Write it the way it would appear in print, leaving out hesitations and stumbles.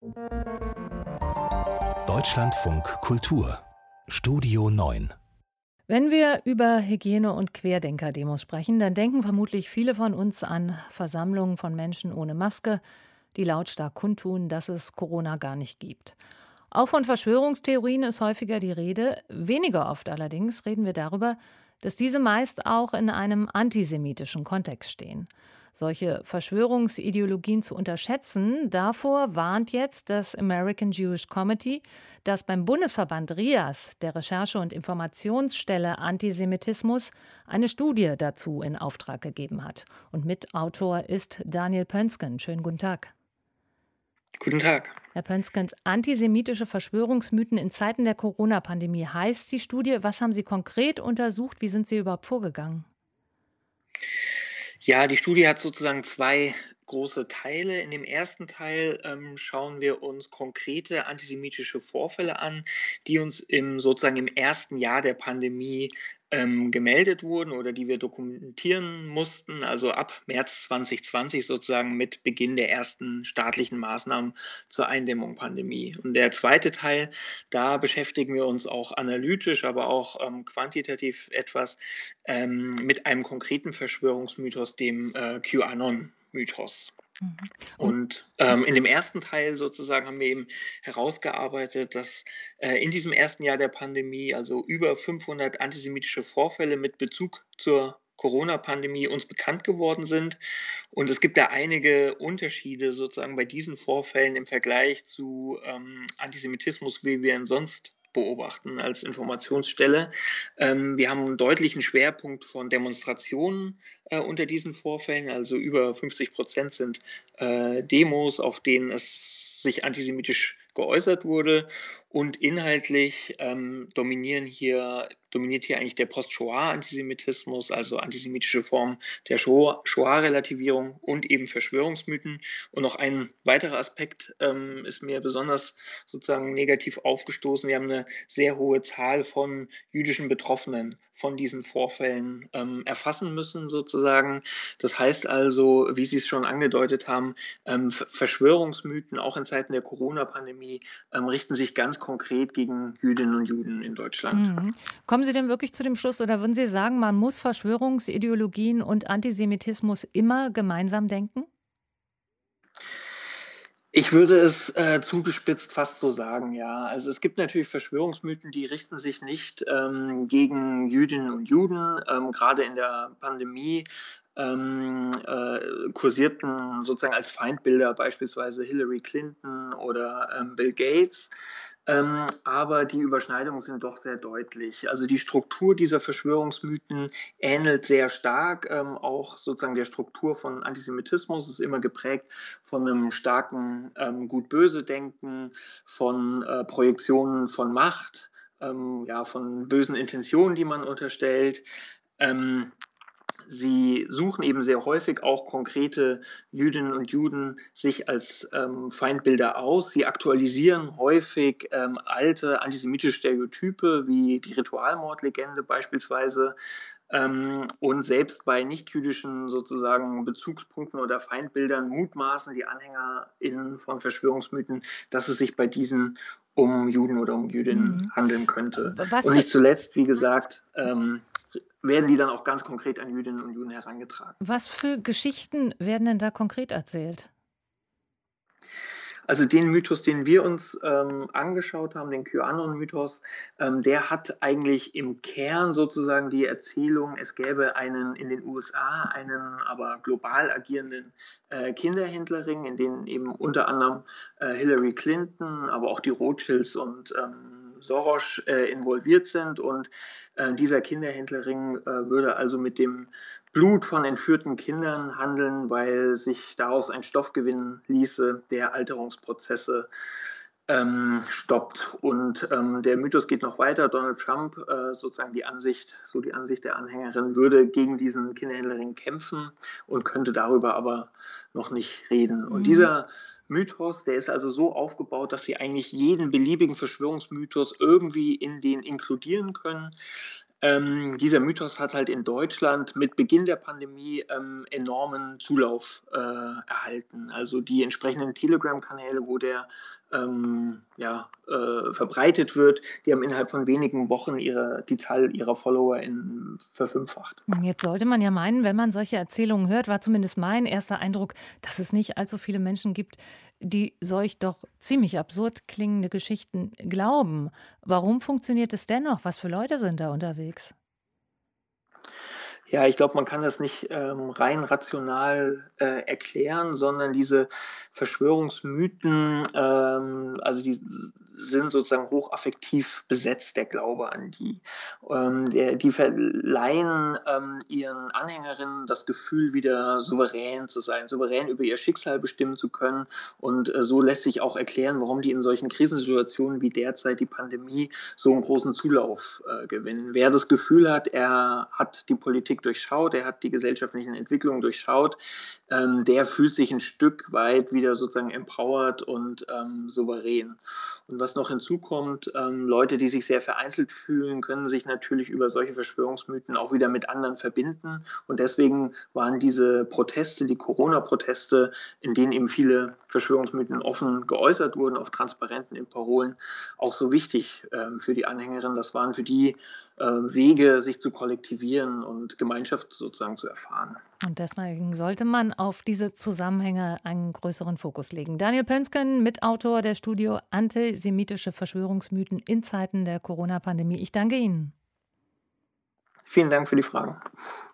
Deutschlandfunk Kultur Studio 9. Wenn wir über Hygiene- und Querdenker-Demos sprechen, dann denken vermutlich viele von uns an Versammlungen von Menschen ohne Maske, die lautstark kundtun, dass es Corona gar nicht gibt. Auch von Verschwörungstheorien ist häufiger die Rede. Weniger oft allerdings reden wir darüber, dass diese meist auch in einem antisemitischen Kontext stehen. Solche Verschwörungsideologien zu unterschätzen, davor warnt jetzt das American Jewish Committee, das beim Bundesverband RIAS, der Recherche- und Informationsstelle Antisemitismus, eine Studie dazu in Auftrag gegeben hat. Und Mitautor ist Daniel Pönsken. Schönen guten Tag. Guten Tag. Herr Pönskens, antisemitische Verschwörungsmythen in Zeiten der Corona-Pandemie heißt die Studie. Was haben Sie konkret untersucht? Wie sind Sie überhaupt vorgegangen? Ja, die Studie hat sozusagen zwei große Teile. In dem ersten Teil schauen wir uns konkrete antisemitische Vorfälle an, die uns sozusagen im ersten Jahr der Pandemie gemeldet wurden oder die wir dokumentieren mussten, also ab März 2020 sozusagen mit Beginn der ersten staatlichen Maßnahmen zur Eindämmung Pandemie. Und der zweite Teil, da beschäftigen wir uns auch analytisch, aber auch quantitativ etwas mit einem konkreten Verschwörungsmythos, dem QAnon-Mythos. Mhm. Und Und in dem ersten Teil sozusagen haben wir eben herausgearbeitet, dass in diesem ersten Jahr der Pandemie also über 500 antisemitische Vorfälle mit Bezug zur Corona-Pandemie uns bekannt geworden sind. Und es gibt da einige Unterschiede sozusagen bei diesen Vorfällen im Vergleich zu Antisemitismus, wie wir ihn sonst beobachten als Informationsstelle. Wir haben einen deutlichen Schwerpunkt von Demonstrationen unter diesen Vorfällen, also über 50% sind Demos, auf denen es sich antisemitisch geäußert wurde. Und inhaltlich dominiert hier eigentlich der Post-Shoah-Antisemitismus, also antisemitische Formen der Shoah-Relativierung und eben Verschwörungsmythen. Und noch ein weiterer Aspekt ist mir besonders sozusagen negativ aufgestoßen. Wir haben eine sehr hohe Zahl von jüdischen Betroffenen von diesen Vorfällen erfassen müssen sozusagen. Das heißt also, wie Sie es schon angedeutet haben, Verschwörungsmythen auch in Zeiten der Corona-Pandemie richten sich ganz konkret gegen Jüdinnen und Juden in Deutschland. Kommen Sie denn wirklich zu dem Schluss oder würden Sie sagen, man muss Verschwörungsideologien und Antisemitismus immer gemeinsam denken? Ich würde es zugespitzt fast so sagen, ja. Also es gibt natürlich Verschwörungsmythen, die richten sich nicht gegen Jüdinnen und Juden. Gerade in der Pandemie kursierten sozusagen als Feindbilder beispielsweise Hillary Clinton oder Bill Gates. Aber die Überschneidungen sind doch sehr deutlich. Also die Struktur dieser Verschwörungsmythen ähnelt sehr stark auch sozusagen der Struktur von Antisemitismus. Es ist immer geprägt von einem starken Gut-Böse-Denken, von Projektionen von Macht, ja, von bösen Intentionen, die man unterstellt. Sie suchen eben sehr häufig auch konkrete Jüdinnen und Juden sich als Feindbilder aus. Sie aktualisieren häufig alte antisemitische Stereotype wie die Ritualmordlegende beispielsweise. Und selbst bei nichtjüdischen sozusagen Bezugspunkten oder Feindbildern mutmaßen die AnhängerInnen von Verschwörungsmythen, dass es sich bei diesen um Juden oder um Jüdinnen Mhm. handeln könnte. Was Und für, nicht zuletzt, wie gesagt, werden die dann auch ganz konkret an Jüdinnen und Juden herangetragen. was für Geschichten werden denn da konkret erzählt? Also den Mythos, den wir uns angeschaut haben, den QAnon-Mythos, der hat eigentlich im Kern sozusagen die Erzählung, es gäbe in den USA einen aber global agierenden Kinderhändlerring, in denen eben unter anderem Hillary Clinton, aber auch die Rothschilds und Soros involviert sind. Und dieser Kinderhändlerring würde also mit dem Blut von entführten Kindern handeln, weil sich daraus ein Stoff gewinnen ließe, der Alterungsprozesse stoppt. Und der Mythos geht noch weiter. Donald Trump, sozusagen die Ansicht der Anhängerin, würde gegen diesen Kinderhändlerring kämpfen und könnte darüber aber noch nicht reden. Und Mhm. dieser Mythos, der ist also so aufgebaut, dass sie eigentlich jeden beliebigen Verschwörungsmythos irgendwie in den inkludieren können. Dieser Mythos hat halt in Deutschland mit Beginn der Pandemie enormen Zulauf erhalten. Also die entsprechenden Telegram-Kanäle, wo der verbreitet wird, die haben innerhalb von wenigen Wochen die Zahl ihrer Follower verfünffacht. Jetzt sollte man ja meinen, wenn man solche Erzählungen hört, war zumindest mein erster Eindruck, dass es nicht allzu viele Menschen gibt, die solch doch ziemlich absurd klingende Geschichten glauben. Warum funktioniert es dennoch? Was für Leute sind da unterwegs? Ja, ich glaube, man kann das nicht rein rational erklären, sondern diese Verschwörungsmythen, also die sind sozusagen hochaffektiv besetzt, der Glaube an die. Die verleihen ihren Anhängerinnen das Gefühl, wieder souverän zu sein, souverän über ihr Schicksal bestimmen zu können. Und so lässt sich auch erklären, warum die in solchen Krisensituationen wie derzeit die Pandemie so einen großen Zulauf gewinnen. Wer das Gefühl hat, er hat die Politik durchschaut, er hat die gesellschaftlichen Entwicklungen durchschaut, der fühlt sich ein Stück weit wieder sozusagen empowered und souverän. Und was noch hinzukommt, Leute, die sich sehr vereinzelt fühlen, können sich natürlich über solche Verschwörungsmythen auch wieder mit anderen verbinden. Und deswegen waren diese Proteste, die Corona-Proteste, in denen eben viele Verschwörungsmythen offen geäußert wurden, auf Transparenten, in Parolen, auch so wichtig für die Anhängerinnen. Das waren für die Wege, sich zu kollektivieren und Gemeinschaft sozusagen zu erfahren. Und deswegen sollte man auf diese Zusammenhänge einen größeren Fokus legen. Daniel Pönsken, Mitautor der Studie Antisemitische Verschwörungsmythen in Zeiten der Corona-Pandemie. Ich danke Ihnen. Vielen Dank für die Fragen.